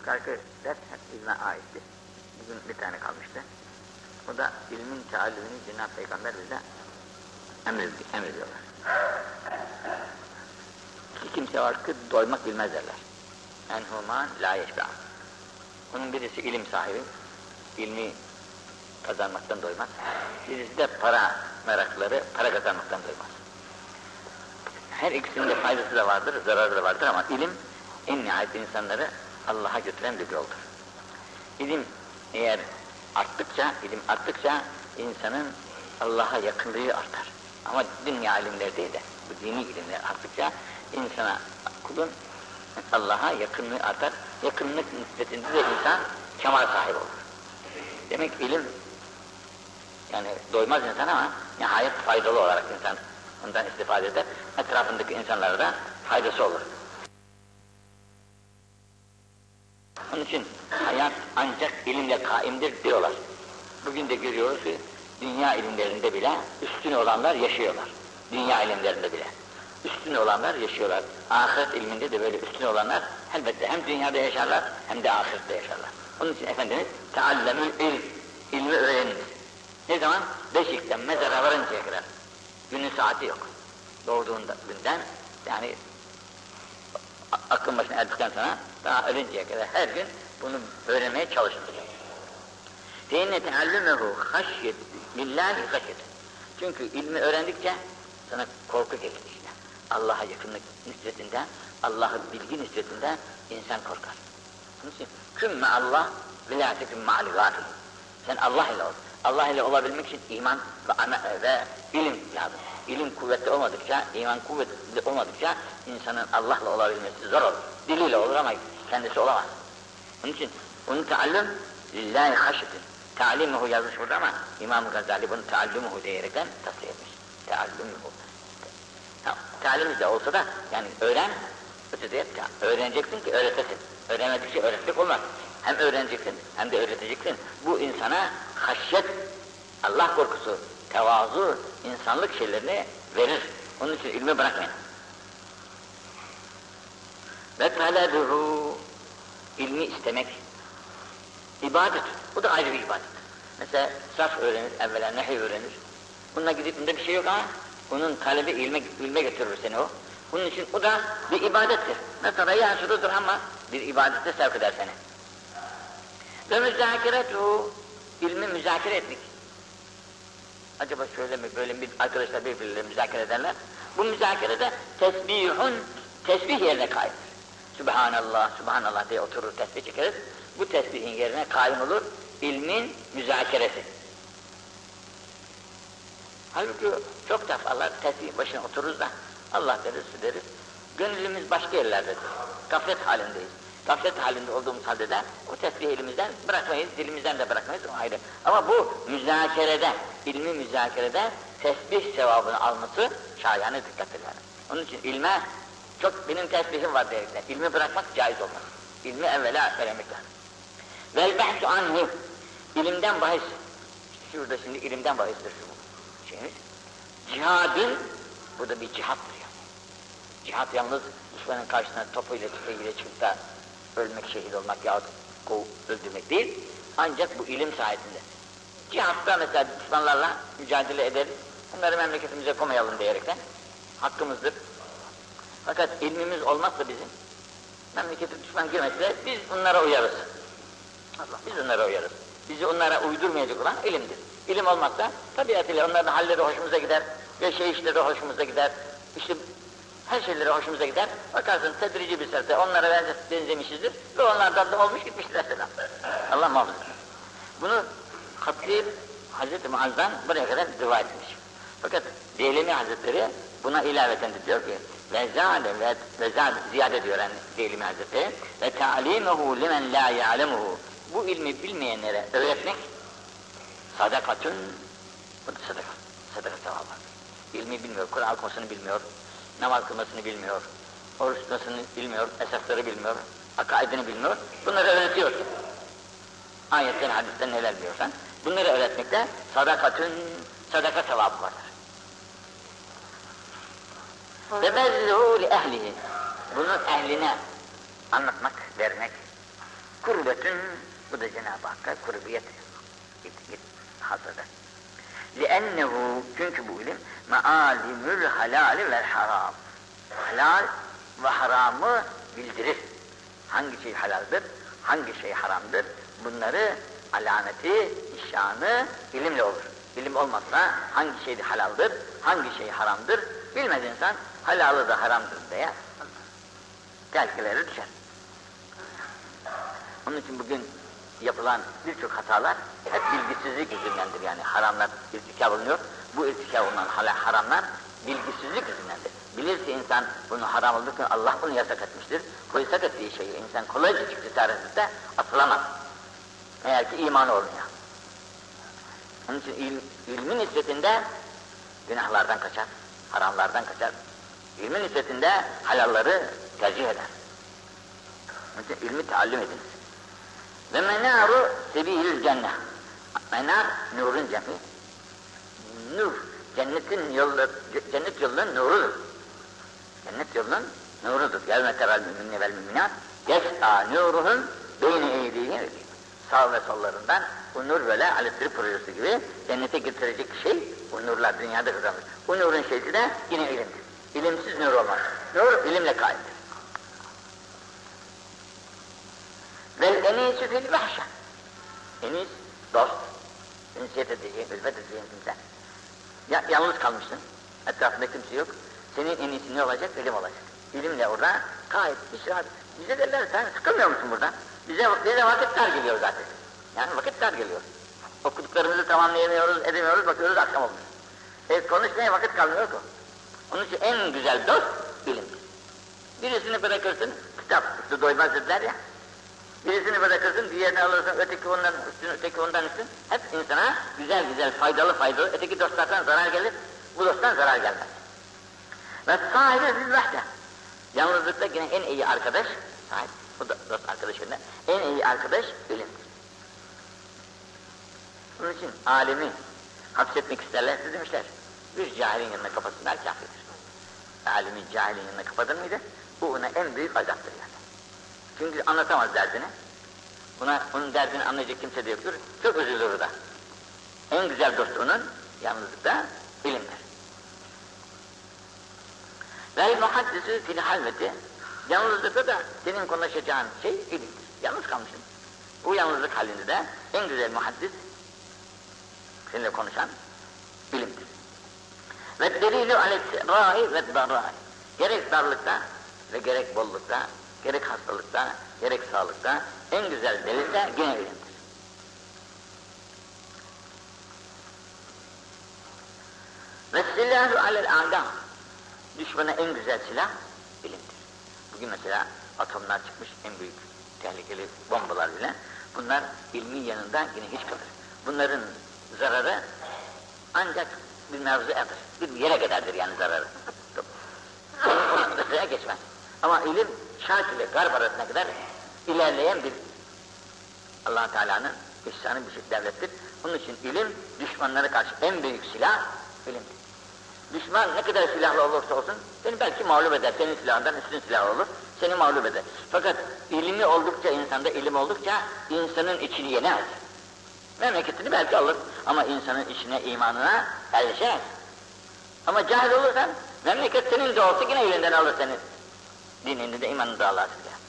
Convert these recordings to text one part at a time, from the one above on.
yukarı ders hep ilme aitti. Bugün bir tane kalmıştı. O da ilmin teallümünü Cenab-ı Peygamber bize emrediyorlar. İki kimse var ki doymak bilmez derler. Enhuman la yeşbe'an. Onun birisi ilim sahibi, ilmi kazanmaktan doymaz. Birisi de para merakları, para kazanmaktan doymaz. Her ikisinin de faydası da vardır, zararı da vardır ama ilim en nihayet insanları Allah'a götüren bir yoldur. İlim eğer arttıkça insanın Allah'a yakınlığı artar. Ama dünya ilimleri değil de bu dini ilimler arttıkça insana, kulun Allah'a yakınlığı artar. Yakınlık nispetinde de insan kemal sahibi olur. Demek ilim yani doymaz insan ama nihayet faydalı olarak insan ondan istifade eder. Etrafındaki insanlara da faydası olur. Onun için hayat ancak ilimle kaimdir diyorlar. Bugün de görüyoruz ki dünya ilimlerinde bile üstün olanlar yaşıyorlar. Dünya ilimlerinde bile üstün olanlar yaşıyorlar. Ahiret ilminde de böyle üstün olanlar elbette hem dünyada yaşarlar hem de ahirette yaşarlar. Onun için Efendimiz teallemül ilm, ilmi öğreniniz. Ne zaman? Beşikten mezara varıncaya kadar. Günün saati yok. Doğduğunda günden yani aklın başına erdikten sonra daha ölünceye kadar her gün bunu öğrenmeye çalışın. فَاِنَّ تَعَلُّمَهُ خَشْيَةً لِلّٰهِ خَشْيَةً. Çünkü ilmi öğrendikçe sana korku gelir işte. Allah'a yakınlık nispetinde, Allah'ı bilgi nispetinde insan korkar. Onun için kümme Allah ve lâ teküm ma'al gâfil. Sen Allah ile ol. Allah ile olabilmek için iman ve ilim lazım. İlim kuvvetli olmadıkça, iman kuvvetli olmadıkça insanın Allah'la olabilmesi zor olur. Diliyle olur ama kendisi olamaz. Onun için onu teallüm lillahi haşyetin. Ta'limuhu yazmış burada ama İmam-ı Gazali bunu teallumuhu diyerekten tasfiye etmiş. Teallumuhu. Talim de olsa da yani öğren, ötede yap. Öğreneceksin ki öğretesin. Öğrenmedikçe öğretmek olmaz. Hem öğreneceksin hem de öğreteceksin. Bu insana haşyet, Allah korkusu, tevazu, insanlık şeylerini verir. Onun için ilmi bırakmayın. Ve talebuhu, ilmi istemek, ibadet. Bu da ayrı bir ibadet. Mesela sarf öğrenir, evvela nehiv öğrenir. Bununla gidip bunda bir şey yok ama onun talebi ilme götürür seni o. Bunun için o da bir ibadettir. Mesela yâşurudur ama bir ibadette sevk eder seni. Ve müzâkiretuhu, ilmi müzakere etmek. Acaba şöyle mi, böyle mi, arkadaşlar birbirleriyle müzakere ederler. Bu müzakerede tesbih yerine kaimdir. Subhanallah, Subhanallah diye oturur, tesbih çekeriz. Bu tesbihin yerine kaim olur, ilmin müzakeresi. Halbuki çok defalar tesbih başına otururuz da Allah deriz. Gönlümüz başka yerlerdedir. Gaflet halindeyiz. Gaflet halinde olduğumuz halde de o tesbihi elimizden bırakmayız, dilimizden de bırakmayız, o ayrı. Ama bu müzakerede, ilmi müzakerede tesbih sevabını alması şayane dikkatli yani. Onun için ilme çok benim tesbihim var diyerekten, ilmi bırakmak caiz olmaz. İlmi evvela öğrenmek lazım. Vel behsu anhu, ilimden bahis. İşte şurada şimdi ilimden bahistir şu şeyimiz. Cihadın, bu da bir cihattır ya. Cihat yalnız düşmanın karşısına topuyla tüfeğiyle çıkıp da ölmek, şehit olmak yahut öldürmek değil. Ancak bu ilim sayesinde. Cihatta mesela düşmanlarla mücadele ederiz. Bunları memleketimize koymayalım diyerekten hakkımızdır. Fakat ilmimiz olmazsa bizim memlekete düşman girmezse biz onlara uyarız. Biz onlara uyarız. Bizi onlara uydurmayacak olan ilimdir. İlim olmazsa tabiatıyla onların halleri hoşumuza gider ve işleri hoşumuza gider. İşte her şeyleri hoşumuza gider. Bakarsın tedrici bir serte onlara benzemişizdir ve onlardan da olmuş gitmiştir selam. Allah muhafaza. Bunu Hatip Hazreti Muazz'dan buraya kadar rivayet etmiş. Fakat Deylemi Hazretleri buna ilaveten de diyor ki ve ziyade diyor yani Deylemi Hazretleri ve ta'limuhu limen la ya'lemuhu, bu ilmi bilmeyenlere öğretmek sadakatun, bu da sadaka sevabı. İlmi bilmiyor, Kur'an okumasını bilmiyor, namaz kılmasını bilmiyor, oruç tutmasını bilmiyor, esasları bilmiyor, akaidini bilmiyor, bunları öğretiyor. Ayetten, hadisten neler biliyorsan, bunları öğretmekte sadakatun, sadaka sevabı vardır. Ve bezzuhu li ehlihi, bunu ehline anlatmak, vermek, kurbetün, bu da Cenab-ı Hakk'a kurbiyet hasıdır. لِأَنَّهُ, çünkü bu ilim mealimül halali vel haram. Halal ve haramı bildirir. Hangi şey halaldir, hangi şey haramdır, bunları alameti, nişanı ilimle olur. İlim olmazsa hangi şey halaldir, hangi şey haramdır bilmez insan, halalı da haramdır diye telkileri düşer. Onun için bugün yapılan birçok hatalar hep bilgisizlik yüzündendir. Yani haramlar irtikâb olunuyor. Bu irtikâb olunan haramlar bilgisizlik yüzündendir. Bilirse insan bunu haram olduğunu, Allah bunu yasak etmiştir. Bu yasak ettiği şeyi insan kolayca çıktı tarihinde atılamaz. Eğer ki imanı olmuyor. Onun için ilmin nispetinde günahlardan kaçar, haramlardan kaçar. İlmin nispetinde halalları tercih eder. Onun için ilmi taallüm ediniz. Ve menâru sebîl cennet. Menar, nurun cemi. Nur, cennetin yolu, cennet yolunun nurudur. Cennet yolunun nurudur. Yevme teral müminne vel müminat yes'a nuruhum beyni eydihim. Sağ ve sollarından bu nur böyle elektrik projesi gibi cennete getirecek şey, bu nurlar dünyada kazanmış. Bu nurun şeysi de yine ilimdir. İlimsiz nur olmaz. Nur ilimle kaimdir. Vel enisü fil vahşe. Enis, dost, ünsiyet edeceğin, ülfet edeceğin kimse. Ya, yalnız kalmışsın, etrafında kimse yok. Senin en iyisi ne olacak? İlim olacak. İlimle orada gayet bir rahat. Bize derler, sen sıkılmıyor musun burada? Bize vakit dar geliyor zaten. Yani vakit dar geliyor. Okuduklarımızı tamamlayamıyoruz, edemiyoruz, bakıyoruz akşam olmuş. Konuşmaya vakit kalmıyor ki. Onun için en güzel dost ilimdir. Birisini bırakırsın, kitap üstü doymaz dediler ya. Birisini bırakırsın, diğerini alırsın, öteki ondan üstün, öteki ondan üstün. Hep insana güzel, faydalı, öteki dostlardan zarar gelir, bu dosttan zarar gelmez. Ve sahibi bil vahde. Yalnızlıkta yine en iyi arkadaş, sahip, bu da dost arkadaşlarından, en iyi arkadaş ilimdir. Bunun için alemi hapsetmek isterlerse demişler, bir cahilin yanına kapatsınlar kâfidir. Alemi cahilin yanına kapatır mıydı? Bu ona en büyük azaptır yani. Çünkü anlatamaz derdini. Onun derdini anlayacak kimse de yoktur. Çok üzülür o da. En güzel dost onun yalnızlıkta ilimdir. Vel muhaddisü fil halveti. Yalnızlıkta da senin konuşacağın şey ilimdir. Yalnız kalmışsın. Bu yalnızlık halinde de en güzel muhaddis seninle konuşan ilimdir. Ve delilü aleyh ve darrahi. Gerek darlıkta ve gerek bollukta, gerek hastalıkta, gerek sağlıkta en güzel delil de gene ilimdir. Ve silahü alel âdâ. Düşmana en güzel silah bilimdir. Bugün mesela atomlar çıkmış, en büyük tehlikeli bombalar bile. Bunlar ilmin yanında yine hiç kalır. Bunların zararı ancak bir mevzuadır. Bir yere kadardır yani zararı. Mesela geçmez. Ama ilim şark ile garp arasına kadar ilerleyen bir Allah-u Teala'nın ihsanı bir şey devlettir. Onun için ilim düşmanlara karşı en büyük silah ilimdir. Düşman ne kadar silahlı olursa olsun seni belki mağlup eder. Senin silahından üstün silah olur. Seni mağlup eder. Fakat ilmi oldukça, insanda ilim oldukça insanın içini yenemez. Memleketini belki alır ama insanın içine, imanına yerleşemez. Ama cahil olursan memleket senin de olsa yine elinden alır senin. Dinini de imanını da Allah'a silah.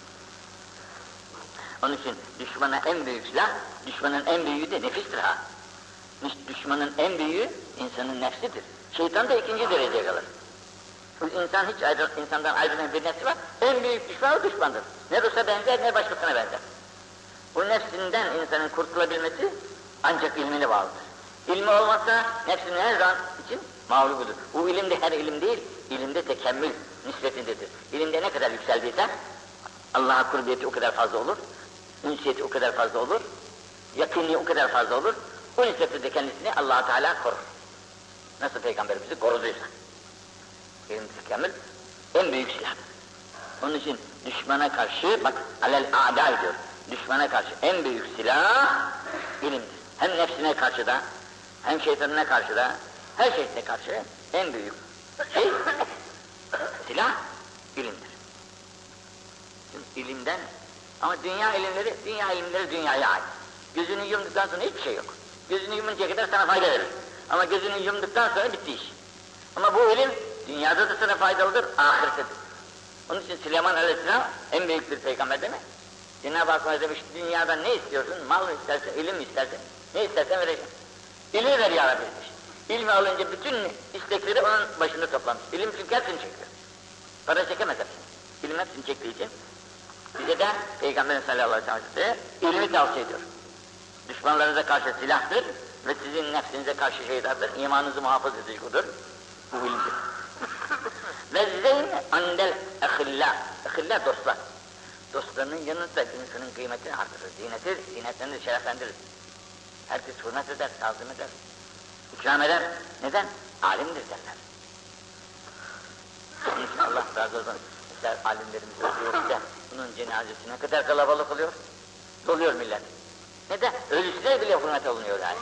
Onun için düşmana en büyük silah, düşmanın en büyüğü de nefistir ha. Düşmanın en büyüğü insanın nefsidir. Şeytan da ikinci dereceye kalır. İnsan hiç insandan ayrılan bir nefsi var, en büyük düşman o düşmandır. Ne Rus'a benzer ne başkasına benzer. Bu nefsinden insanın kurtulabilmesi ancak ilmine bağlıdır. İlmi olmazsa nefsinin her zaman için mağlubudur. Bu ilim de her ilim değil, ilimde tekemmül nispetindedir. İlimde ne kadar yükseldiyse Allah'a kurbiyeti o kadar fazla olur, ünsiyeti o kadar fazla olur, yakınlığı o kadar fazla olur. O nispette kendisini Allah-u Teala korur. Nasıl Peygamberimizi koruduysa. İlim tekemmül en büyük silahdır. Onun için düşmana karşı, bak alel a'da diyor, düşmana karşı en büyük silah ilimdir. Hem nefsine karşı da, hem şeytanına karşı da, her şeyine karşı en büyük silah ilimdir. Şimdi ilimden Ama dünya ilimleri dünyaya ait. Gözünü yumduktan sonra hiçbir şey yok. Gözünü yumuncaya kadar sana fayda verir. Ama gözünü yumduktan sonra bitti iş. Ama bu ilim dünyada da sana faydalıdır, ahirette de. Onun için Süleyman Aleyhisselam en büyük bir peygamber değil mi? Cenab-ı Hak demiş, dünyadan ne istiyorsun? Mal mı istersen, ilim mi istersen? Ne istersen vereceğim. İlmi ver ya Rabbi demiş. İlmi alınca bütün istekleri onun başında toplamış. İlim çünkü hepsini çekiyor. Para çekemez hepsini. İlim hepsini çektiği için bize de Peygamberin sallallahu aleyhi ve sellem ilmi tavsiye ediyor. Düşmanlarınıza karşı silahtır ve sizin nefsinize karşı şeytandır. İmanınızı muhafaza edici odur. Bu ilimdir. Ve zeyn andel ehilla. Ehilla dostlar. Dostlarının yanında insanın kıymetini artırır, zinetlenir, şereflendirir. Herkes hürmet eder, tazim eder, ikram eder. Neden? Alimdir derler. Onun için Allah razı olsun. Mesela alimlerimiz ölüyor da bunun cenazesi ne kadar kalabalık oluyor? Doluyor millet. Neden? Ölüsüne bile hürmet olunuyor yani.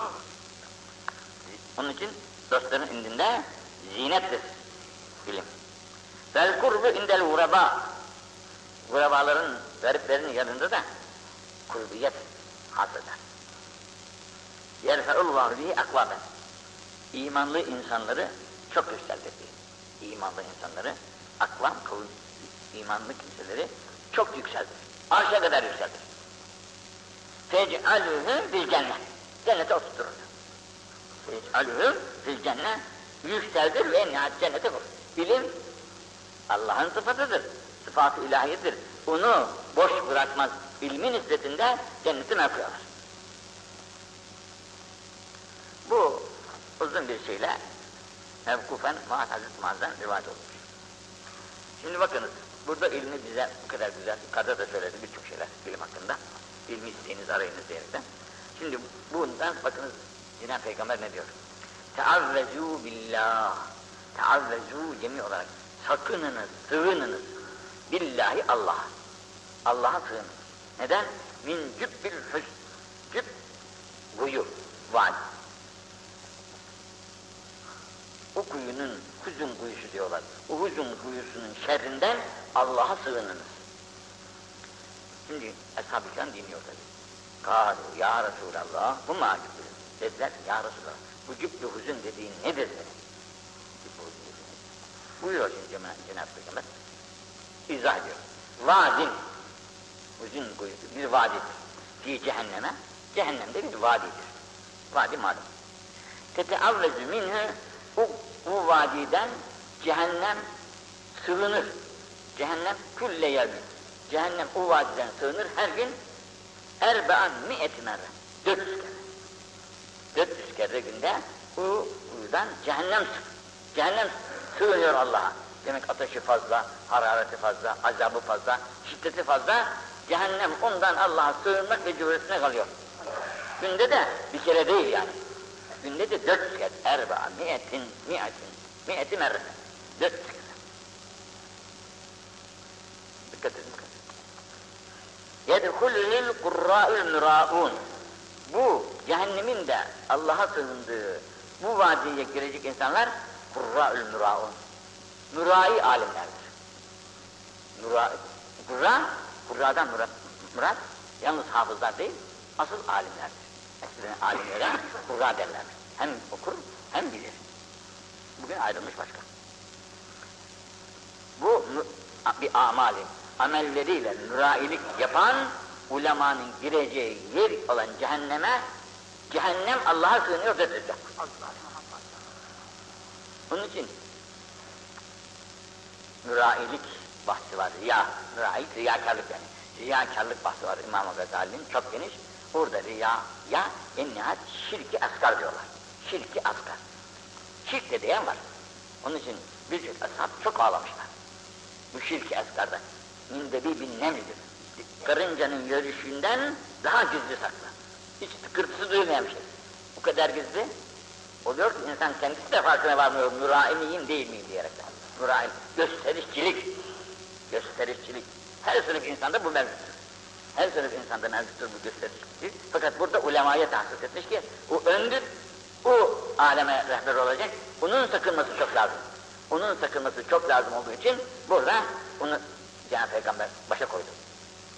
Onun için dostların indinde zinettir ilim. Vel kurbu indel guraba. Gurabaların, gariplerin yanında da kurbiyet hasıdır. Yerfe'ullahu bihi akvaben. İmanlı insanları çok yükseltir. İmanlı insanları, akvam, imanlı kimseleri çok yükseltir. Arşa kadar yükseltir. Fec'alühü fil cennet. Cennete oturtur. Fec'alühü fil cennet. Yükseltir ve nihayet cennete koyur. İlim Allah'ın sıfatıdır. Sıfat-ı ilahiyedir. Onu boş bırakmaz. İlmin nispetinde cenneti mevki alır. Bu uzun bir şeyle mevkufen Hazreti Muaz'dan rivayet olmuş. Şimdi bakınız, burada ilmi bize bu kadar güzel, yukarıda da söyledi birçok şeyler ilim hakkında. İlmi isteğiniz, arayınız diyerekten. Şimdi bundan bakınız Cenab-ı Peygamber ne diyor? Teavvezû billah. Teavvezû cemi olarak sakınınız, sığınınız. Billahi Allah'a. Allah'a sığınınız. Neden? Min cübbil hüsn. Cüb, kuyu, vaad. O kuyunun, hüzün kuyusu diyorlar. O hüzün kuyusunun şerrinden Allah'a sığınınız. Şimdi Ashab-ı Kiram dinliyor tabii. Kâlu ya Resulallah, bu ma cübbül? Dediler ya Resulallah, bu cübbü hüzün dediğin nedir senin? Buyuruyor şimdi Cenab-ı Peygamber. İzah ediyor. Vadin, hüzün kuyusu bir vadidir. Fi cehenneme, cehennemde bir vadidir. Vadi malum. Teteavvezü minhü, bu vadiden cehennem sığınır. Cehennem külle yevmin. Cehennem o vadiden sığınır her gün erba'an mi'eti merre. 400 kere. 400 kere günde o kuyudan cehennem sığınıyor Allah'a. Demek ateşi fazla, harareti fazla, azabı fazla, şiddeti fazla. Cehennem ondan Allah'a sığınmak ve cüretine kalıyor. Günde de bir kere değil yani. Günde de 400 kere. Erba'a mi'eti merre. 400 kere. Dikkat edin. Yedhulül kurra'ül mürâ'ûn. Bu cehennemin de Allah'a sığındığı bu vadiye girecek insanlar kurra'ül mürâ'ûn. Mürai alimlerdir. Kurra'dan murat, yalnız hafızlar değil, asıl alimlerdir. Eskiden alimlere kurra derler. Hem okur hem bilir. Bugün ayrılmış başka. Bu bir amelleriyle mürailik yapan ulemanın gireceği yer olan cehenneme, cehennem Allah'a sığınıyor dedirecek. Bunun için mürailik bahsi var. Mürailik riyakarlık yani. Riyakarlık bahsi var İmam-ı Gazali'nin çok geniş. Orada riya en nihayet şirki asgar diyorlar. Şirki asgar. Şirk de diyen var. Onun için birçok ashab çok ağlamışlar. Bu şirki asgarda. Mindebi bin nemlidir. Karıncanın yürüyüşünden daha gizli saklı. Hiç tıkırtısı duymayan bir şey. O kadar gizli oluyor ki insan kendisi de farkına varmıyor. Mürai miyim değil miyim diyerekten. Mürai, gösterişçilik. Her sınıf insanda bu mevcuttur. Her sınıf insanda mevcuttur bu gösterişçilik. Fakat burada ulemaya tahsis etmiş ki o öndür, o aleme rehber olacak. Onun sakınması çok lazım. Onun sakınması çok lazım olduğu için burada onu Cenab-ı Peygamber başa koydu.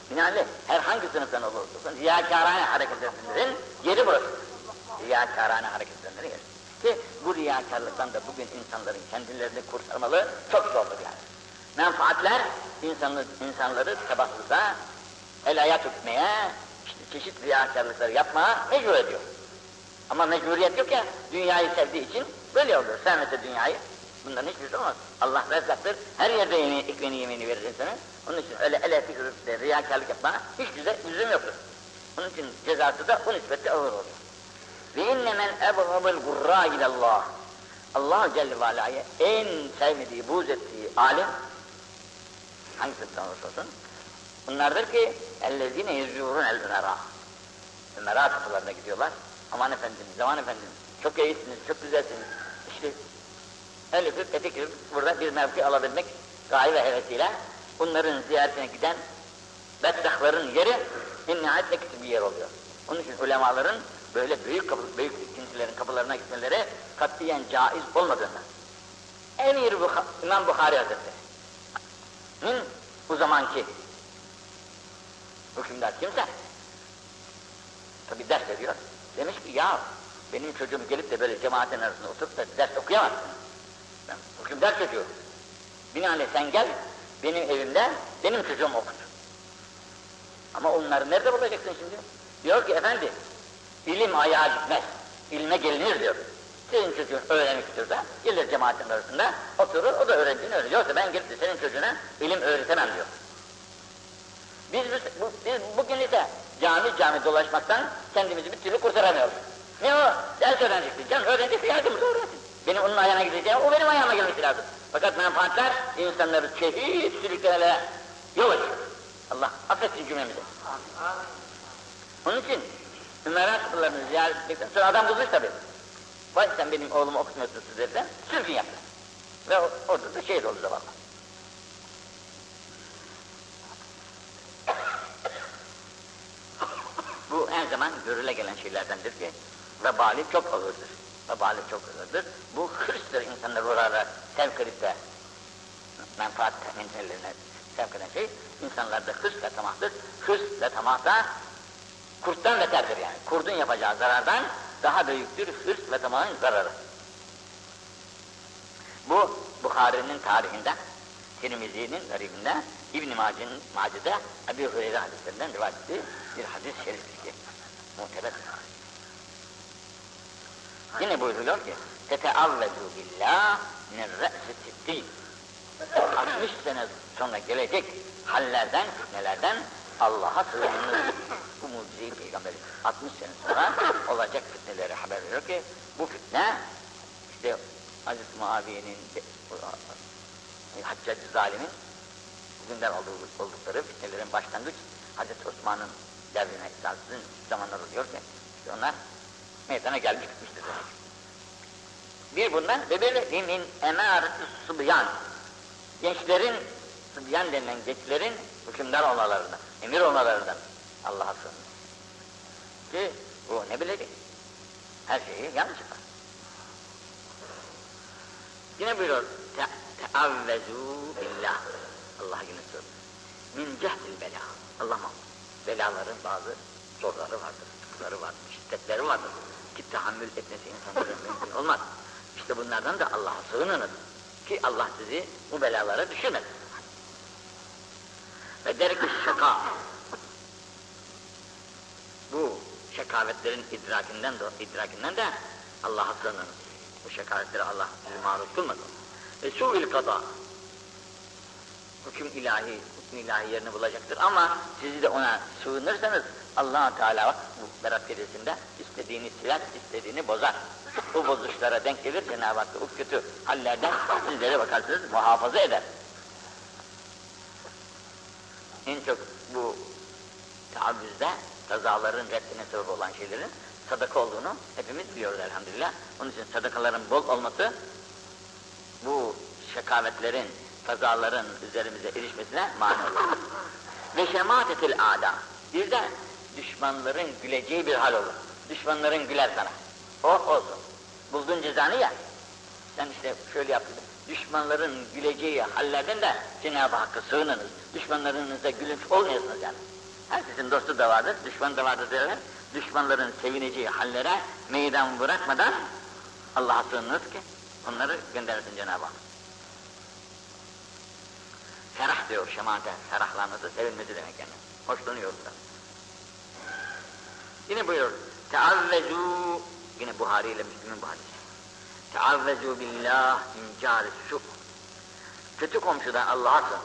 Binaenaleyh herhangi sınıftan olursa riyakarane hareket edenlerin yeri burası. Riyakarane hareket edenlerin yeri. Ki bu riyakarlıktan da bugün insanların kendilerini kurtarmalı çok zordur yani. Menfaatler insanları tebassıza, helaya tutmaya, işte çeşitli riyakarlıkları yapmaya mecbur ediyor. Ama mecburiyet yok ya, dünyayı sevdiği için böyle olur. Sevmese dünyayı, bunların hiçbirisi olmaz. Allah rezzaktır, her yerde ekmeğini yemeğini verir insana. Onun için öyle ele tükürüp de riyakarlık yapmaya hiç lüzum yoktur. Onun için cezası da o nispetle ağır olur. Ve inne men ebğabıl gurra ilallah. Allah Celle ve Ala'ya en sevmediği, buğz ettiği alim, hangisinden olursa olsun, bunlardır ki ellezine yüzûrun el-ümera. Ümera kapılarına gidiyorlar. Aman efendim, zaman efendim, çok iyisiniz, çok güzelsiniz. İşte el öpüp, etek öpüp burada bir mevki alabilmek gaye ve hevesiyle bunların ziyaretine giden beddahların yeri nihayet küçük bir yer oluyor. Onun için ulemaların böyle büyük kimselerin kapılarına gitmeleri katiyen caiz olmadığından. Emir İmam Bukhari Hazretleri'nin bu zamanki hükümdar kimse tabi ders veriyor. Demiş ki ya benim çocuğum gelip de böyle cemaatin arasında oturup da ders okuyamazsın. Ben hükümdar çocuğu. Binaenaleyh sen gel benim evimde benim çocuğumu okut. Ama onları nerede bulacaksın şimdi? Diyor ki efendi ilim ayağa gitmez. İlme gelinir diyor. Senin çocuğun öğrenmek istiyorsa gelir cemaatin arasında oturur o da öğrendiğini öğrenir. Yoksa ben gelip de senin çocuğuna ilim öğretemem diyor. Biz bugün ise cami dolaşmaktan kendimizi bir türlü kurtaramıyoruz. Ne o? Ders öğreneceksin. Can öğrenecekse yardımcı öğrensin. Benim onun ayağına gideceğim, o benim ayağıma gelmesi lazım. Fakat menfaatler insanları çeşit sürüklerle yol açıyor. Allah affetsin cümlemizi. Onun için Ümera kapılarını ziyaret ettikten sonra adam kızmış tabi. Vay sen benim oğlumu okutmuyorsun sizlerden, sürgün yaptı. Ve orada da şehit oldu zavallı. Bu her zaman görüle gelen şeylerdendir ki vebali çok ağırdır. Vebali çok ağırdır. Bu hırsdır insanları oraya sevk edip de menfaat menfelerine sevk eden şey. İnsanlarda hırs ve tamahtır. Hırs ve tamah da kurttan beterdir yani. Kurdun yapacağı zarardan daha büyüktür hırs ve tamahın zararı. Bu Bukhari'nin tarihinde, Tirmizi'nin garibinde, İbn-i Mace'de Ebu Hureyre hadislerinden rivayet ettiği bir hadis-i şeriftir ki muteber. Yine buyuruyor ki teteavvezu billah min re'si sittin. 60 sene sonra gelecek hallerden, fitnelerden Allah'a sığınınız. Bu mucize-i Peygamberi 60 sene sonra olacak fitneleri haber veriyor ki bu fitne işte Hazreti Muaviye'nin Haccacı zalimin bugünden oldukları fitnelerin başlangıç Hazreti Osman'ın devrine esasının zamanlar oluyor ki işte onlar meydana gelmiş gitmiştir demek. Bir bundan ve bir min emâreti sıbyan gençlerin sıbyan denilen gençlerin hükümdar olmalarından, emir olmalarından Allah'a sığınır. Ki bu ne bilecek? Her şeyi yanlış yapar. Yine buyuruyor teavvezu billah. Allah'a yine sığınır. Min cehdil bela. Allah mahmud. Belaların bazı zorları vardır, sıkıntıları vardır, şiddetleri vardır. Ki tahammül etmesi insanların mümkün olmaz. İşte bunlardan da Allah'a sığınınız. Ki Allah sizi bu belalara düşürmesin. Ve der-i şaka. Bu şekavetlerin idrakinden de Allah'a sığınınız. Bu şekavetleri Allah sizi maruz kılmasın. Ve su'il kada. Hüküm ilahi yerini bulacaktır ama sizi de ona sığınırsanız Allah-u Teala bu Berat Gecesi'nde istediğini siler, istediğini bozar. Bu bozuşlara denk gelir Cenab-ı Hak o kötü hallerden sizlere bakarsınız muhafaza eder. En çok bu taabbüzde kazaların reddine sebep olan şeylerin sadaka olduğunu hepimiz biliyoruz elhamdülillah. Onun için sadakaların bol olması bu şekavetlerin, kazaların üzerimize erişmesine mani olur. Ve şematetil âdâ. Bir de düşmanların güleceği bir hal olur. Düşmanların güler sana. O olsun. Buldun cezanı ya. Sen işte şöyle yaptın. Düşmanların güleceği hallerden de Cenab-ı Hakk'a sığınınız. Düşmanlarınıza gülünç olmuyorsunuz yani. Herkesin dostu da vardır, düşman da vardır derler. Düşmanların sevineceği hallere meydan bırakmadan Allah'a sığınınız ki onları göndersin Cenab-ı Hak. Ferah diyor şemate, ferahlanması, sevinmesi demek yani. Hoşlanıyorlar. Yine buyuruyor, teavvezu, yine Buhari ile Müslüm'ün bu hadisi. Teavvezu billah min câris su. Kötü komşudan Allah'a sığın.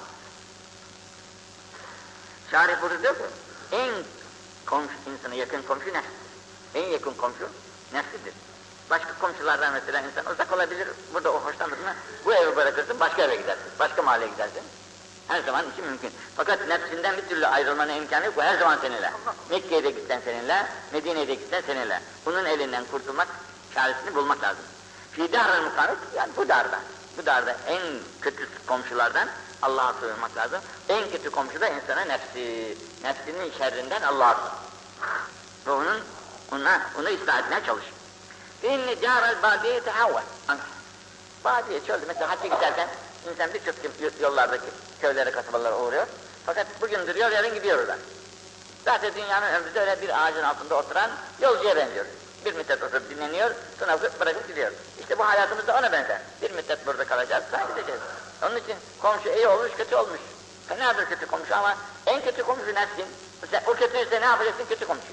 Şarih burada diyor ki, en komşu, insana yakın komşu nefs. En yakın komşu nefsidir. Başka komşulardan mesela insan uzak olabilir, burada o hoşlanmadığında bu evi bırakırsın, başka eve gidersin, başka mahalleye gidersin. Her zaman için mümkün. Fakat nefsinden bir türlü ayrılmanın imkanı yok, bu her zaman seninle. Mekke'ye de gitsen seninle, Medine'ye de gitsen seninle. Bunun elinden kurtulmak, çaresini bulmak lazım. Fî dâr-ı mukâmet, yani bu darda en kötü komşulardan Allah'a sığınmak lazım. En kötü komşu da insana nefsi, nefsinin şerrinden Allah'a sığın. Ve onu ıslah etmeye çalış. İnne cârel bâdiye tehavvel. Bâdiye çölde, mesela hacca giderken insan birçok yollardaki köylere, kasabalara uğruyor. Fakat bugün duruyor, yarın gidiyor oradan. Zaten dünyanın ömründe öyle bir ağacın altında oturan yolcuya benziyor. Bir müddet oturup dinleniyor, sonra bırakıp gidiyor. İşte bu hayatımız da ona benzer. Bir müddet burada kalacağız, sonra gideceğiz. Onun için komşu iyi olmuş, kötü olmuş. Fenadır kötü komşu ama en kötü komşu nefsin. O kötüyse ne yapacaksın kötü komşuyu?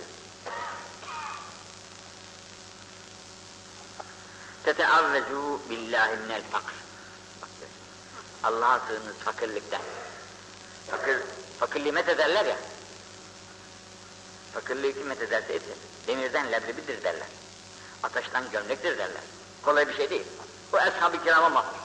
Teteavvezu billahi minel fakr. Allah'a sığınız fakirlikten. Fakirliği met ederler ya. Fakirliği kim met ederse etsin. Demirden leblebidir derler. Ateşten gömlektir derler. Kolay bir şey değil. Bu ashab-ı kirama mahsus.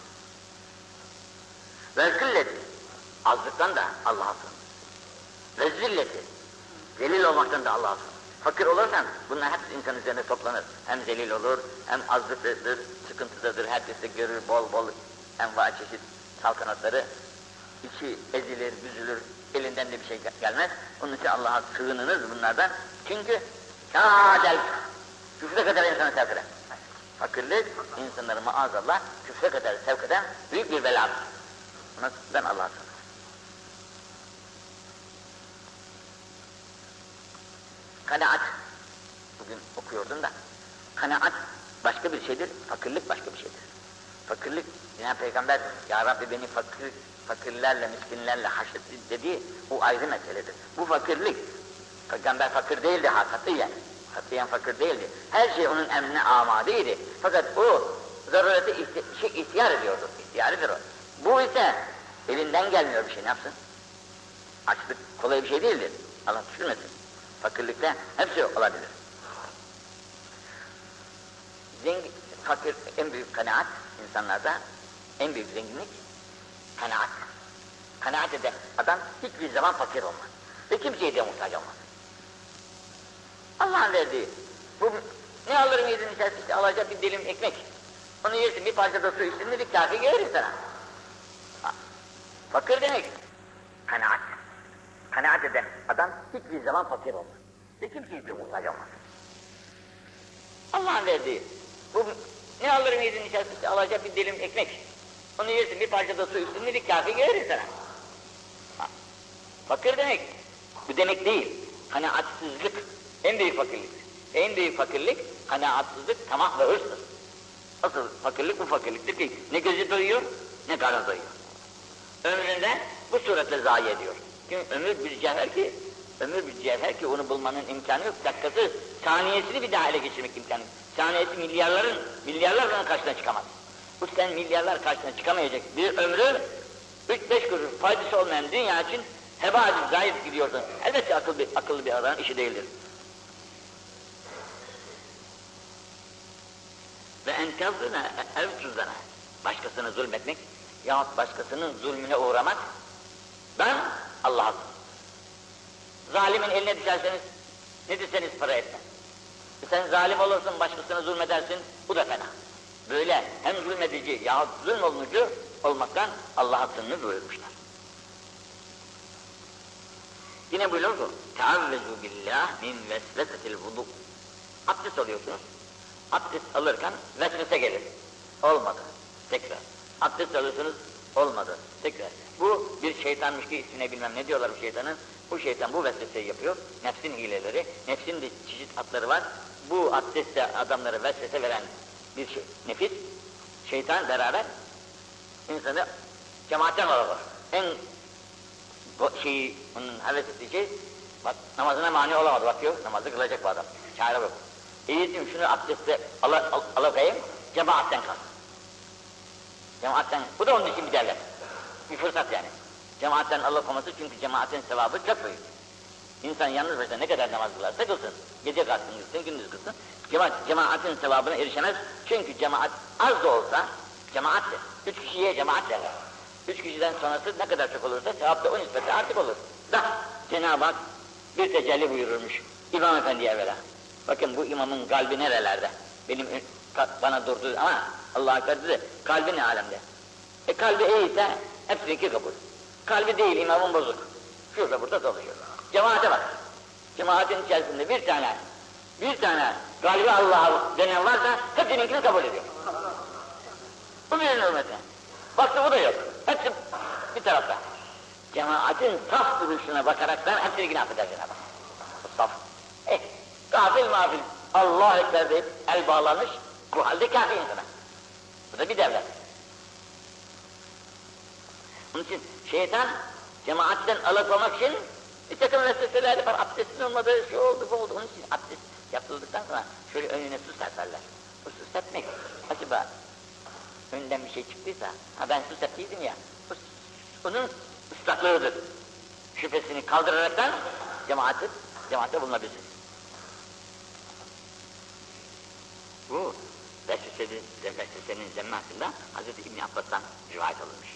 Ve kılleti, azlıktan da Allah'a sığın. Ve zilleti, zelil olmaktan da Allah'a sığın. Fakir olursan bunlar hepsi insan üzerine toplanır. Hem zelil olur, hem azlıklıdır, sıkıntıdadır, herkesi görür, bol bol enva çeşit saltanatları, içi ezilir, büzülür, elinden de bir şey gelmez. Onun için Allah'a sığınınız bunlardan. Çünkü kâdel, küfre kadar insanı sevk eder. Fakirlik insanları maazallah küfre kadar sevk eden büyük bir beladır. Ben Allah'a sığınırım. Kanaat, bugün okuyordum da, kanaat başka bir şeydir, fakirlik başka bir şeydir. Fakirlik, Cenab-ı Peygamber, Ya Rabbi beni fakirlerle, miskinlerle haşretti dediği, bu ayrı meseledir. Bu fakirlik, Peygamber fakir değildi hakikaten, katiyen fakir değildi. Her şey onun emrine amadeydi. Fakat o zarureti ihtiyar ediyordu, ihtiyarıdır o. Bu ise elinden gelmiyor bir şey, ne yapsın? Açlık kolay bir şey değildir, Allah düşürmesin. Fakirlikte hepsi olabilir. Fakir, en büyük kanaat insanlarda, en büyük zenginlik kanaat. Kanaat eden adam hiçbir zaman fakir olmaz. Ve kimseye de muhtaç olmaz. Allah'ın verdiği, bu ne alırım yedin içerisinde işte alacak bir dilim ekmek. Onu yersin, bir parça da su içtin bir kafi gelir sana. Fakir demek, kanaat. Kanaat eden adam hiçbir zaman fakir olmaz. Ve kimseye de muhtaç olmaz. Allah'ın verdiği, bu ne alırım yedin içerisinde işte alacak bir dilim ekmek. Onu yersin, bir parça da su içtin bir kafi gelir sana. Fakir demek, bu demek değil. Kanaatsizlik en büyük fakirlik. En büyük fakirlik kanaatsizlik, tamah ve hırsdır. Asıl fakirlik bu fakirliktir ki ne gözü doyuyor ne karnı doyuyor. Ömründe bu suretle zayi ediyor. Çünkü ömür bir cevher ki onu bulmanın imkanı yok. Dakikası, saniyesini bir daha ele geçirmek imkanı yok. Saniyesi milyarlarla karşısına çıkamaz. Bu sen milyarlar karşısına çıkamayacak bir ömrü 3-5 kuruş faydası olmayan dünya için heba edip zayıf gidiyorsun. Elbette akıllı bir adamın işi değildir. Ve enkazına evtuzana, başkasına zulmetmek yahut başkasının zulmüne uğramak, ben Allah'a zalimin eline düşerseniz ne deseniz para etmez. Sen zalim olursun, başkasına zulmedersin, bu da fena. Böyle hem zulmedici yahut zulmolunucu olmaktan Allah'a sığınır buyurmuşlar. Yine buyuruyor ki, teavvezu billah min vesvesetil vudu. Abdest alıyorsunuz. Abdest alırken vesvese gelir. Olmadı. Tekrar. abdest alıyorsunuz, olmadı. Tekrar. Bu bir şeytanmış ki ismine bilmem ne diyorlar bu şeytanın. Bu şeytan bu vesveseyi yapıyor. Nefsin hileleri, nefsin de çeşit atları var. Bu abdestte adamlara vesvese veren bir şey, nefis, şeytan beraber insanı cemaatten alır. En onun heves ettiği şey, bak namazına mani olamadı, bakıyor, namazı kılacak bu adam. Çare yok. İyiydim şunu abdestte alıkayım, cemaatten kal. Cemaatten, bu da onun için bir devlet. Bir fırsat yani. Cemaatten alıkoması çünkü cemaatin sevabı çok büyük. İnsan yalnız başına ne kadar namaz kılarsa kılsın. Gece kalksın kılsın, gündüz kılsın. Cemaatin sevabına erişemez. Çünkü cemaat az da olsa cemaattir. 3 kişiye cemaat derler. 3 kişiden sonrası ne kadar çok olursa sevap da o nispetle artık olur. Da Cenab-ı Hak bir tecelli buyururmuş İmam Efendi'ye evvela. Bakın bu imamın kalbi nerelerde? Benim bana durdu ama Allah-u Ekber dedi, kalbi ne alemde? Kalbi iyiyse hepsininki kabul. Kalbi değil, imamın bozuk. Şurada burada dolaşıyor. Cemaate bak. Cemaatin içerisinde bir tane kalbi Allah'a denen varsa hepsininkini kabul ediyor. Bu birinin hürmetine. Baktı bu da yok. Hepsi bir tarafta. Cemaatin saf duruşuna bakaraktan hepsini affeder Cenab-ı Hak. Saf. Gafil mafil. Allah Ekber deyip el bağlanmış. Bu halde kafi insana. Bu da bir devlet. Onun için şeytan cemaatten alıkomak için bir takım vesveseler yapar. Abdestin olmadı, şu oldu, bu oldu. Onun için abdest yapıldıktan sonra şöyle önüne su serperler. Bu su serpmek acaba önden bir şey çıktıysa, ben su serptiydim ya, onun ıslaklığıdır. Şüphesini kaldıraraktan cemaate bulunabilir. Bu vesvesenin zemme hakkında Hz. İbn Abbas'tan rivayet alınmış.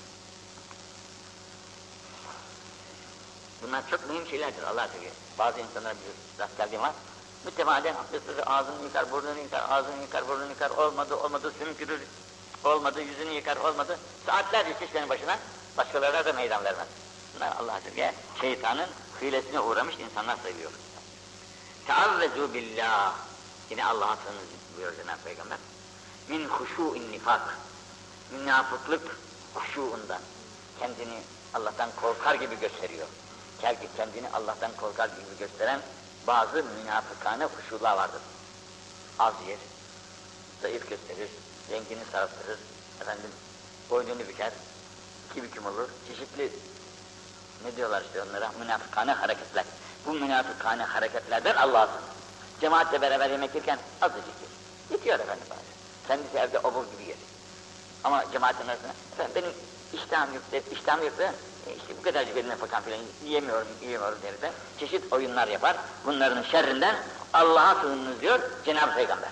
Bunlar çok mühim şeylerdir Allah'a teala. Bazı insanlara bir rast geldiğim var. Mütemadiyen abdestlerde ağzını yıkar, burnunu yıkar, ağzını yıkar, burnunu yıkar, olmadı, sümkürür, olmadı, yüzünü yıkar, olmadı. Saatlerce çeşmenin başına başkalarına da meydan vermez. Bunlar Allah'a teala şeytanın hilesine uğramış insanlar sayılıyor. Teavvezu billah. Yine Allah'a sığınız buyuruyor Cenab-ı Peygamber. Min huşu'in nifak. Münafıklık huşuğundan. Kendini Allah'tan korkar gibi gösteriyor. Kendini Allah'tan korkar gibi gösteren bazı münafıkane huşular vardır. Az yer, zayıf gösterir, rengini sarartırır, boynunu büker, iki büküm olur, çeşitli, ne diyorlar işte onlara, münafıkane hareketler. Bu münafıkane hareketlerden Allah'a sığınır. Cemaatle beraber yemek yerken azıcık yer. Yetiyor efendim bazen. Kendisi evde obur gibi yer. Ama cemaatin arasında, benim iştahım yok da, işte bu kadarcık eline fakan filan yiyemiyorum derken çeşit oyunlar yapar. Bunların şerrinden Allah'a sığınınız diyor Cenab-ı Peygamber.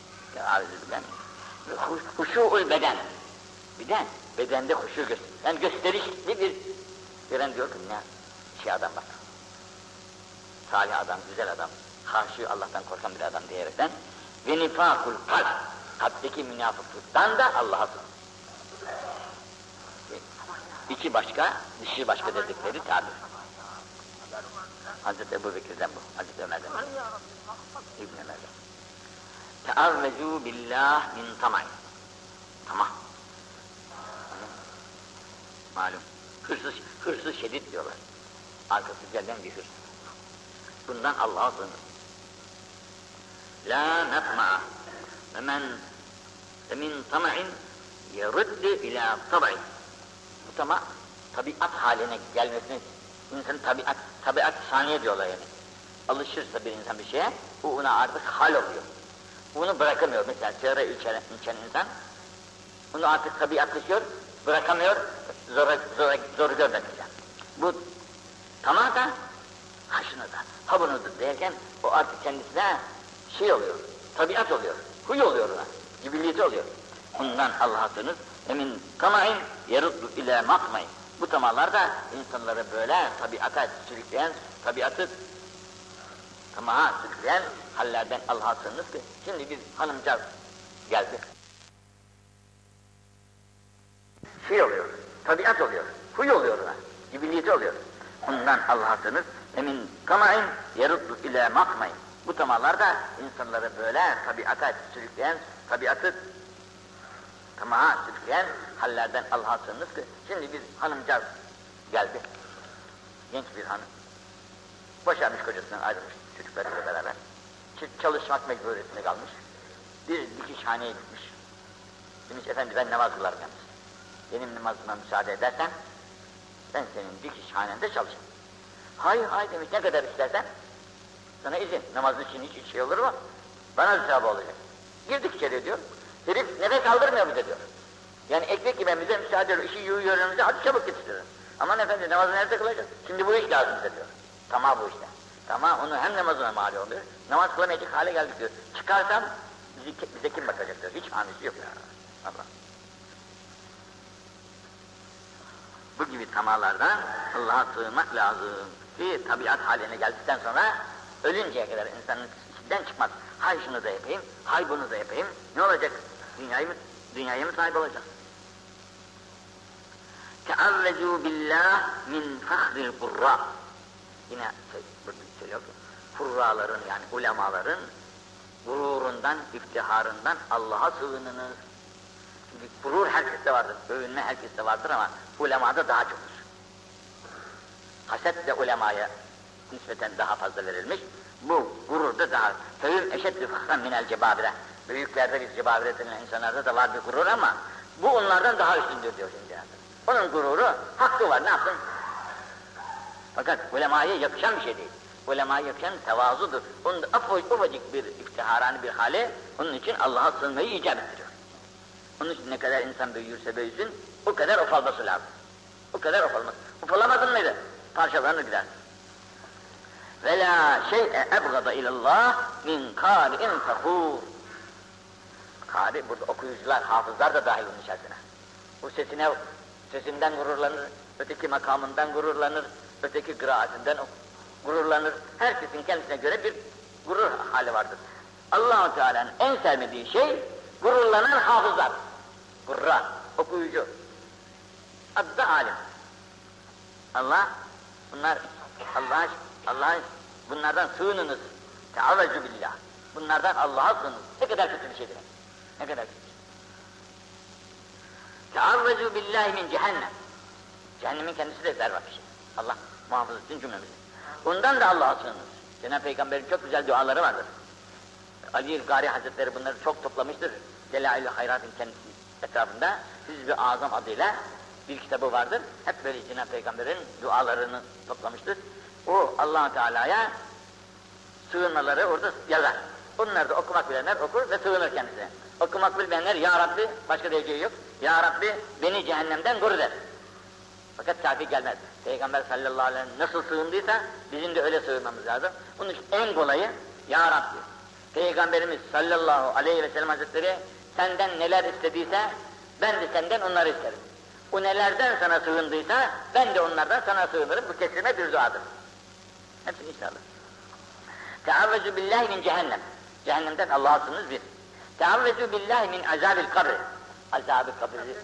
Huşu'ul beden. Bir de bedende huşu göster. Yani gösterişli bir gören diyor ki ne adam bak. Salih adam, güzel adam, haşi Allah'tan korkan bir adam diyerekten ve nifakul kalp. Kalpteki münafıklıktan da Allah'a sığınır. İçi başka, dışı başka dedikleri tabir. Hazreti Ebu Bekir'den bu, Hazreti Ömer'den. İbn Ömer'den. Teavvezu billah min tamay. Tamah. Malum. Hırsız şedid diyorlar. Arkası gelen bir hırs. Bundan Allah'a sığınır. La natma'a. Ve men min tama'in yeruddu ila tab'in. Bu tama tabiat haline gelmesini, insanın tabiat saniye diyorlar yani. Alışırsa bir insan bir şeye, bu ona artık hal oluyor. Bunu bırakamıyor. Mesela sigara içen insan, bunu artık tabiatlaşıyor, bırakamıyor, zoru görmekle. Bu tamam da, haşını da, habunu da derken, o artık kendisine şey oluyor, tabiat oluyor, huy oluyor ona, cibilliyeti oluyor. Bundan Allah'a sığınır. Emin tamain yeruddu ile matmain. Bu tamalar da insanları böyle tabiata sürükleyen, tabiatı tamaha sürükleyen hallerden Allah'a sığınırız ki. Şimdi bir hanımcağız geldi. Şey oluyor, tabiat oluyor, huy oluyor ona, cibilliyeti oluyor. Bundan Allah'a sığınır. Emin tamain yeruddu ile matmain. Bu tamalar da insanları böyle tabiata sürükleyen, tabiatı tamaha sürükleyen hallerden Allah'a sığınırız ki, şimdi bir hanımcağız geldi, genç bir hanım, boşanmış kocasından ayrılmış çocuklarıyla beraber, çalışmak mecburiyetinde kalmış, bir dikişhaneye gitmiş, demiş efendi ben namaz kılarım yalnız, benim namazıma müsaade edersen, ben senin dikişhanende çalışırım. Hayır demiş, ne kadar istersen, sana izin, namazın için hiç şey olur mu? Bana müsaade olacak. Girdik içeri diyor, herif nefes aldırmıyor bize diyor. Yani ekmek yememize müsaade ediyor, işi yuyuyor önümüze, hadi çabuk yetiştirin. Aman efendi namazı nerede kılacağız? Şimdi bu iş lazım bize diyor. Tamam bu işte. Tamam, onu hem namazına mali oluyor, namaz kılamayacak hale geldik diyor. Çıkarsam bize kim bakacak diyor, hiç hamisi yok ya. Allah. Bu gibi tamalardan Allah'a sığınmak lazım. Ki tabiat haline geldikten sonra ölünceye kadar insanın içinden çıkmaz. Hay şunu da yapayım, hay bunu da yapayım. Ne olacak? Dünyaya mı sahip olacağız? Teavvezu billah min fahril kurra. Yine söylüyor ki, kurraların yani ulemaların gururundan, iftiharından Allah'a sığınınız. Çünkü gurur herkeste vardır, övünme herkeste vardır ama ulemada daha çoktur. Haset de ulemaya nispeten daha fazla verilmiş. Bu gurur da daha. Fehüm eşeddü fahran minel cebabire. Büyüklerde bir cebabire denilen insanlarda da var bir gurur ama bu onlardan daha üstündür diyor şimdi. Onun gururu, hakkı var, ne yapsın? Fakat ulemaya yakışan bir şey değil. Ulemaya yakışan tevazudur. Onun da ufacık bir iftiharani bir hali, onun için Allah'a sığınmayı icap ettiriyor. Onun için ne kadar insan büyürse büyüsün, o kadar ufalması lazım. O kadar ufalması. Ufalamadın mıydı? Parçalanır gider. Ve la şey'e ebgada ilallah min kâri'in fehûr. Kâri, burada okuyucular, hafızlar da dahil bunun içerisine. Bu sesinden gururlanır, öteki makamından gururlanır, öteki kıraatinden gururlanır. Herkesin kendisine göre bir gurur hali vardır. Allah-u Teala'nın en sevmediği şey, gururlanan hafızlar. Gurra, okuyucu. Adı da alim. Bunlardan sığınınız. Teavvezu billah. Bunlardan Allah'a sığınınız. Ne kadar kötü bir şeydir. Ne kadar kötü. Teavvezu billahi min cehennem. Cehennemin kendisi de berbat bir şey. Allah muhafaza etsin cümlemizi. Ondan da Allah'a sığınınız. Cenab-ı Peygamber'in çok güzel duaları vardır. Ali Gari Hazretleri bunları çok toplamıştır. Delail-i Hayrat'ın kendisi etrafında Hizb-i Azam adıyla bir kitabı vardır. Hep böyle Cenab-ı Peygamber'in dualarını toplamıştır. O Allah-u Teala'ya sığınmaları orada yazar. Bunları da okumak bilenler okur ve sığınır kendisine. Okumak bilmeyenler Ya Rabbi, başka diyeceği yok. Ya Rabbi beni cehennemden koru der. Fakat kafi gelmez. Peygamber sallallahu aleyhi ve sellem nasıl sığındıysa bizim de öyle sığınmamız lazım. Bunun için en kolayı Ya Rabbi. Peygamberimiz sallallahu aleyhi ve sellem Hazretleri senden neler istediyse ben de senden onları isterim. O nelerden sana sığındıysa ben de onlardan sana sığınırım. Bu kesime bir duadır. Hepsini inşallah. Teavvezu billahi min cehennem. Cehennemden Allah'a sığınız bir. Teavvezu billahi min azabil kabr. Azab-ı kabri.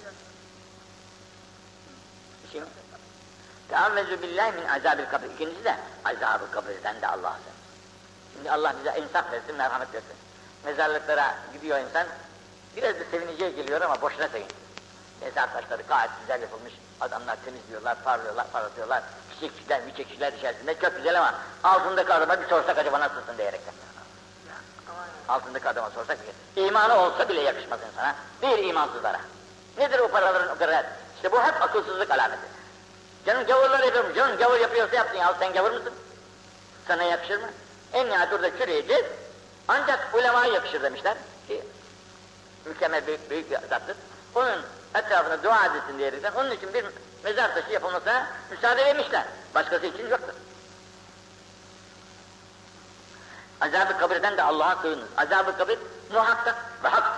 Şimdi teavvezu billahi min azabil kabr. İkincisi de azab-ı kabirden de Allah'a sığınız. Şimdi Allah bize insaf versin, merhamet versin. Mezarlıklara gidiyor insan, biraz da sevineceği geliyor ama boşuna seviniyor. Mezar taşları gayet güzel yapılmış, adamlar temizliyorlar, parlıyorlar, parlatıyorlar, çiçekçiler içerisinde çok güzel ama altındaki adama bir sorsak acaba nasılsın diyerekten. Altındaki adama sorsak bile, imanı olsa bile yakışmaz insana, değil imansızlara. Nedir o paraların o kadar? İşte bu hep akılsızlık alameti. Canım gavurlar yapıyormuş, canım gavur yapıyorsa yapsın ya, sen gavur musun? Sana yakışır mı? En nihayet orada çürüyeceğiz, ancak ulemaya yakışır demişler ki mükemmel büyük bir zattır. Onun etrafına dua edilsin diyerekten, onun için bir mezar taşı yapılmasına müsaade vermişler. Başkası için yoktur. Azab-ı kabirden de Allah'a sığınız. Azab-ı kabir muhakkak ve haktır.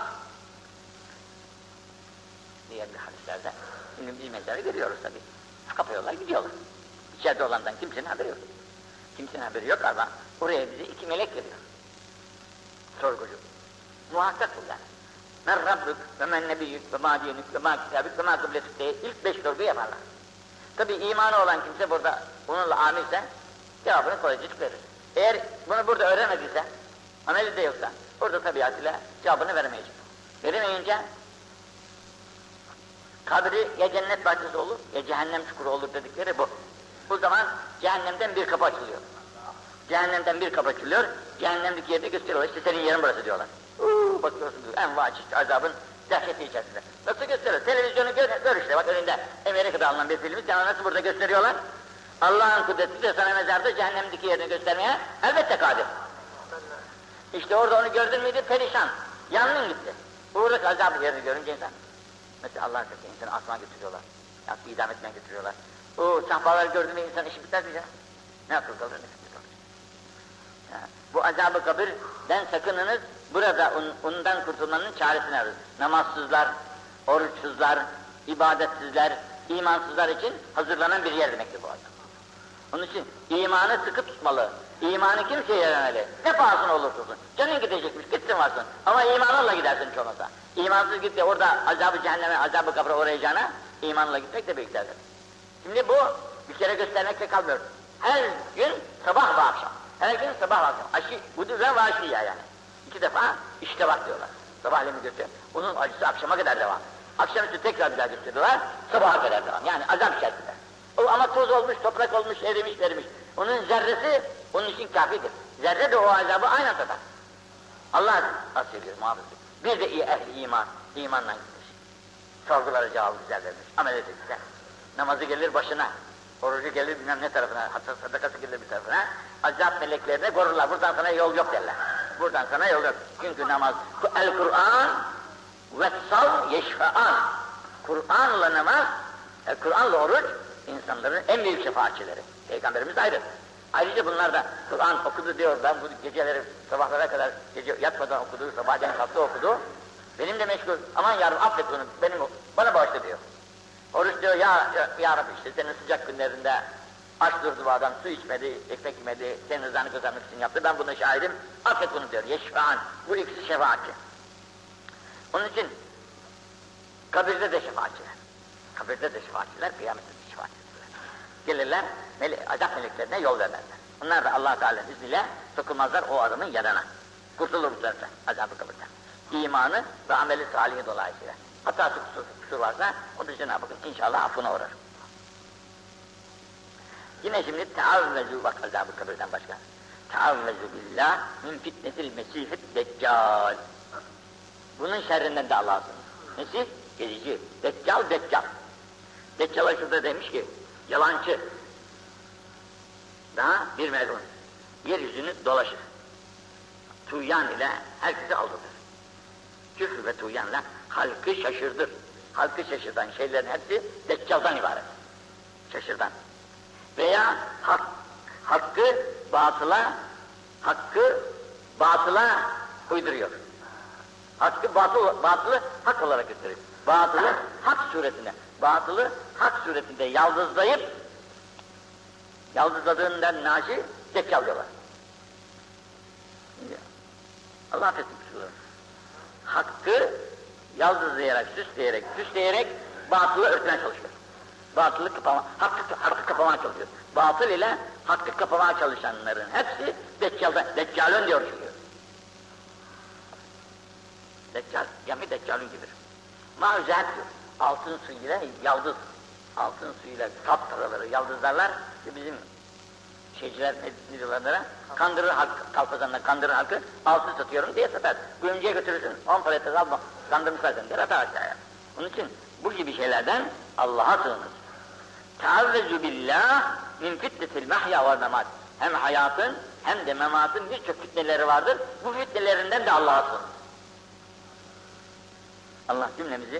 Diğer bir hadislerde, şimdi biz mezarı görüyoruz tabii. Kapıyorlar, gidiyorlar. İçeride olandan kimsenin haberi yok. Kimsenin haberi yok ama oraya bize iki melek geliyor. Sorgucu. Muhakkak bu yani. Men Rabbük ve men nebiyyük ve ma dinük ve ma kitabük ve ma kıbletük diye ilk 5 sorgu yaparlar. Tabi imanı olan kimse burada onunla amilse cevabını kolaycık verir. Eğer bunu burada öğrenmediyse, ameli de yoksa orada tabiatıyla cevabını veremeyecek. Veremeyince Kabri ya cennet bahçesi olur ya cehennem çukuru olur dedikleri bu. Bu zaman cehennemden bir kapı açılıyor. Cehennemden bir kapı açılıyor, cehennemdeki yerde gösteriyorlar. İşte senin yerin burası diyorlar. Bakıyorsun en vahşi azabın dehşeti içerisinde. Nasıl gösteriyor? Televizyonu gör işte bak önünde. Amerika'da alınan bir filmi sana nasıl burada gösteriyorlar? Allah'ın kudreti de sana mezarda cehennemdeki yerini göstermeye elbette kadir. İşte orada onu gördün müydü perişan. Yandın gitti. Buradaki azabı yerini görünce insan. Mesela Allah'ın sesi insanı asma götürüyorlar. Ya idam etmeye götürüyorlar. O sahbaları gördün mü insan işi biter mi ya? Ne akıl kalır ne fikir kalır. Bu azab-ı kabirden sakınınız. Burada ondan kurtulmanın çaresini ararız. Namazsızlar, oruçsuzlar, ibadetsizler, imansızlar için hazırlanan bir yer demektir bu azab. Onun için imanı sıkı tutmalı. İmanı kimseye yenemeli. Ne pahasına olursa olsun. Canın gidecekmiş, gitsin varsın. Ama imanla gidersin hiç olmasa. İmansız git de orada azab-ı cehenneme, azab-ı kabra uğrayacağına imanla gitmek de büyük derdir. Şimdi bu bir kere göstermekle kalmıyor. Her gün sabah ve akşam. Her gün sabah ve akşam. Aşı, budur ve vaşiya yani. 2 defa işte bak diyorlar. Sabahleyin gösteriyor. Onun acısı akşama kadar devam. Akşamüstü tekrar bir daha gösteriyorlar. Sabaha kadar devam. Yani azap içerisinde. O ama toz olmuş, toprak olmuş, erimiş. Onun zerresi onun için kafidir. Zerre de o azabı aynen tatar. Allah asiliyor, muhafız ediyor. Bir de ehli iman, imanla gitmiş. Sorguları cevabı güzel vermiş, amel edecek güzel. Namazı gelir başına, orucu gelir bilmem ne tarafına, hatta sadakası gelir bir tarafına. Azap meleklerine korurlar, buradan sana yol yok derler. Buradan sana yol yok. Çünkü namaz, el-Kur'an ve sav yeşfe'an. Kur'an'la namaz, Kur'an'la oruç, insanların en büyük şefaatçileri. Peygamberimiz ayrı. Ayrıca bunlar da Kur'an okudu diyor, ben bu geceleri sabahlara kadar gece yatmadan okudu, sabahleyin kalktı okudu. Benim de meşgul, aman yavrum affet bunu, bana bağışla diyor. Oruç diyor, ya Rabbi işte senin sıcak günlerinde aç durdu bu adam, su içmedi, ekmek yemedi, senin rızanı kazanmak için yaptı, ben buna şahidim, affet bunu diyor, yeşfe'an, bu ikisi şefaatçi. Onun için kabirde de şefaatçiler, kıyamette de şefaatçiler. Gelirler, azap meleklerine yol vermezler. Onlar da Allah Teala'nın izniyle sokulmazlar o adamın yanına. Kurtulurlarsa azab-ı kabirden. İmanı ve ameli salihi dolayısıyla. Hatası kusur varsa o da Cenab-ı Hakk'ın inşallah affına uğrar. Yine şimdi teavvezu bak azab-ı kabirden başka. Teavvezu billah min fitnetil mesihid deccal. Bunun şerrinden de Allah'a sığınır. Mesih gelici. Deccal. Deccal'a şurada demiş ki yalancı. Daha bir melun. Yeryüzünü dolaşır. Tuğyan ile herkesi aldatır. Küfür ve tuğyanla halkı şaşırdır. Halkı şaşırtan şeylerin hepsi Deccal'dan ibaret. Şaşırtan. Veya hakkı batıla uyduruyor. Batılı hak olarak gösteriyor. Batılı hak suretinde yaldızladığından naşi Deccal diyorlar. Allah affetsin kusurlarını. Hakkı yaldızlayarak, süsleyerek batılı örtmeye çalışıyor. Hakkı kapamaya çalışıyor. Batıl ile hakkı kapamaya çalışanların hepsi Deccal'ın diyor çünkü. Deccal, yami Deccal'ın gibidir. Mağazat diyor. Altın suyuyla yaldız. Altın suyuyla saptaraları yaldızlarlar. Bizim şeyciler ne diyorlar? Kandırır halkı, kalpazanlar kandırır halkı, altın satıyorum diye satar. Kuyumcuya götürürsün, 10 parayı alma, kandırmışlar der, atar aşağıya. Onun için bu gibi şeylerden Allah'a sığınır. Teavvezu billah min fitnetil mahya ve memat. Hem hayatın hem de mematın birçok fitneleri vardır. Bu fitnelerinden de Allah'a sığınır. Allah cümlemizi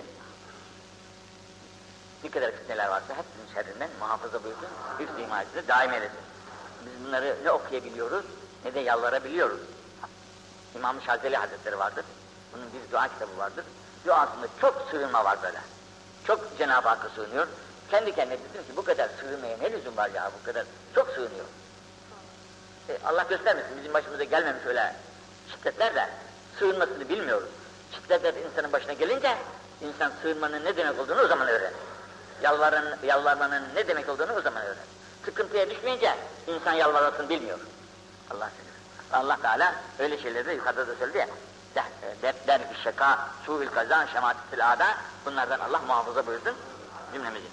ne kadar fitneler varsa hepsinin şerrinden muhafaza buyursun, hifz-i himayesinde daim eylesin. Biz bunları ne okuyabiliyoruz ne de yalvarabiliyoruz. İmam-ı Şazeli Hazretleri vardır. Bunun bir dua kitabı vardır. Duasında çok sığınma var böyle. Çok Cenab-ı Hakk'a sığınıyor. Kendi kendine dedim ki bu kadar sığınmaya ne lüzum var ya bu kadar. Çok sığınıyor. Allah göstermesin bizim başımıza gelmemiş öyle şiddetler de sığınmasını bilmiyoruz. Şiddetler insanın başına gelince insan sığınmanın ne demek olduğunu o zaman öğrenir. Yalvarmanın ne demek olduğunu o zaman öğrenir. Sıkıntıya düşmeyince insan yalvarasını bilmiyor. Allah Teala öyle şeyleri de yukarıda da söyledi ya. derk-i şeka, su'il kazan, şematit-il âdâ, bunlardan Allah muhafaza buyursun cümlemizi.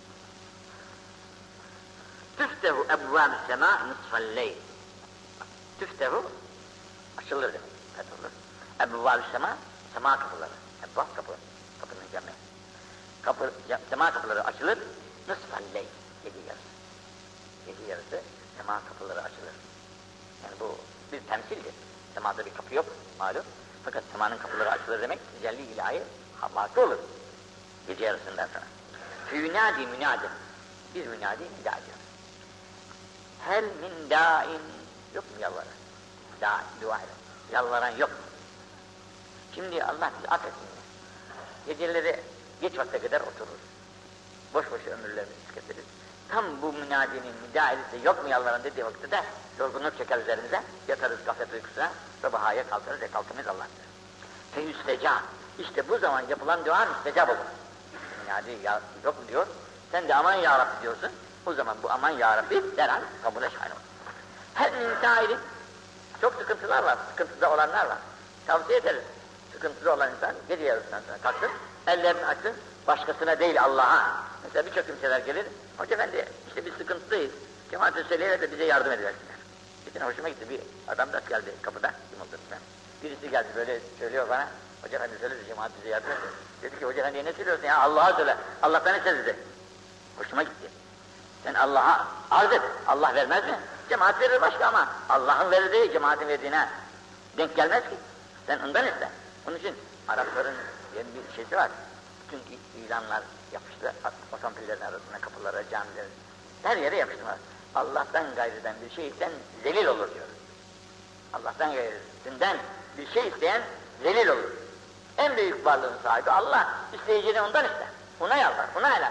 Tüftehu ebvâb-ı semâ nisfalleyl. Tüftehu açılır demek, fethulur. Ebvâb-ı semâ, sema kapıları. Ebvâb kapı, kapının cemi. Sema kapıları açılır, nisfalleyl, gece yarısı. Gece yarısı sema kapıları açılır. Yani bu bir temsildir. Semada bir kapı yok malum. Fakat semanın kapıları açılır demek tecelli ilahi vakı olur. Gece yarısından sonra. Fînâdi münâdim. Bir münâdi nida ediyor. Hel min dâin. Yok mu yalvaran? Dua eden. Yalvaran yok mu? Şimdi Allah bizi affetsin. Geceleri geç vakte kadar otururuz. Boş boş ömürlerimizi tüketiriz. Tam bu münadinin nida edilse yok mu yalvaran dediği vakitte de yorgunluk çeker üzerimize, yatarız gaflet uykusuna, sabahaya kalkarız ve kalkamayız Allah'ın. Feyüsteca, işte bu zaman yapılan dua müstecab olur. Münadi yok mu diyor, sen de aman ya Rabbi diyorsun, o zaman bu aman ya Rabbi derhal kabule şahin olur. Her insan çok sıkıntılar var, sıkıntıda olanlar var. Tavsiye ederiz, sıkıntıda olan insan gece yarısından sonra kalksın, ellerini açsın, başkasına değil Allah'a. Mesela birçok kimseler gelir, hoca efendi işte biz sıkıntılıyız, cemaat-i söyleyerek de bize yardım ediversinler. Bir gün hoşuma gitti, bir adam da geldi kapıda, kim olduğunu ben. Birisi geldi böyle söylüyor bana, hoca efendi söyledi cemaat bize yardım ediyor. Dedi ki hoca efendi ne söylüyorsun ya, Allah'a söyle, Allah'tan istedi dedi. Hoşuma gitti. Sen Allah'a arz et, Allah vermez mi? Cemaat verir başka ama Allah'ın verdiği cemaatin verdiğine denk gelmez ki. Sen ondan iste. Onun için Arapların yeni bir şeysi var. Bütün ilanlar yapıştı, otomobillerinin arasına, kapılara, camilerin, her yere yapıştılar. Allah'tan gayriden bir şey isteyen zelil olur diyor. Allah'tan gayrisinden bir şey isteyen zelil olur. En büyük varlığın sahibi Allah, isteyeceğini ondan ister. Ona yalvar, ona helal.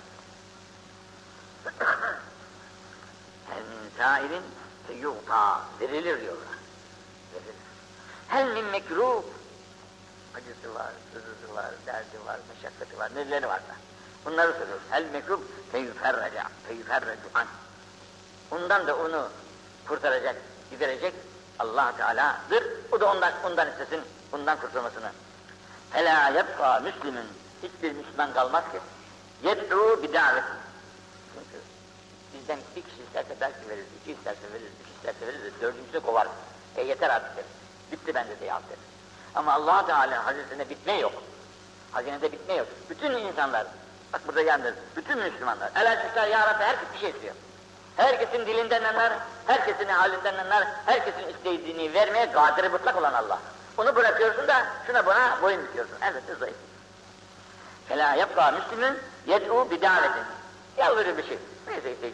Hel min sâilin feyuğtâ, verilir diyorlar. Verilir. Hel min mekruh, acısı var, sızısı var, derdi var, meşakkatı var, neleri varsa. Bunları söylüyoruz. Hel mekruh feyüferrecu an. Ondan da onu kurtaracak, giderecek Allah Teala'dır. O da ondan istesin, ondan kurtulmasını. Fela yebqa müslümün, hiçbir Müslüman kalmaz ki. Yed'u bidâvet. Çünkü bizden bir kişi isterse belki veririz, iki isterse veririz, üç isterse veririz, dördüncüsü kovar. Yeter artık deriz. Bitti bende de yaptı. Ama Allah Teala'nın hazinesinde bitme yok. Hazinede bitme yok. Bütün insanlar, bak burada yalnız, bütün Müslümanlar, elhamdülillah ya Rabbi herkes bir şey istiyor. Herkesin dilinden anlar, herkesin halinden anlar, herkesin istediğini vermeye kadir mutlak olan Allah. Onu bırakıyorsun da şuna buna boyun büküyorsun. Elbette zayıf. Fela yapka Müslümün yed'u bidavetin. Yalvarır bir şey. Neyse isteyecek.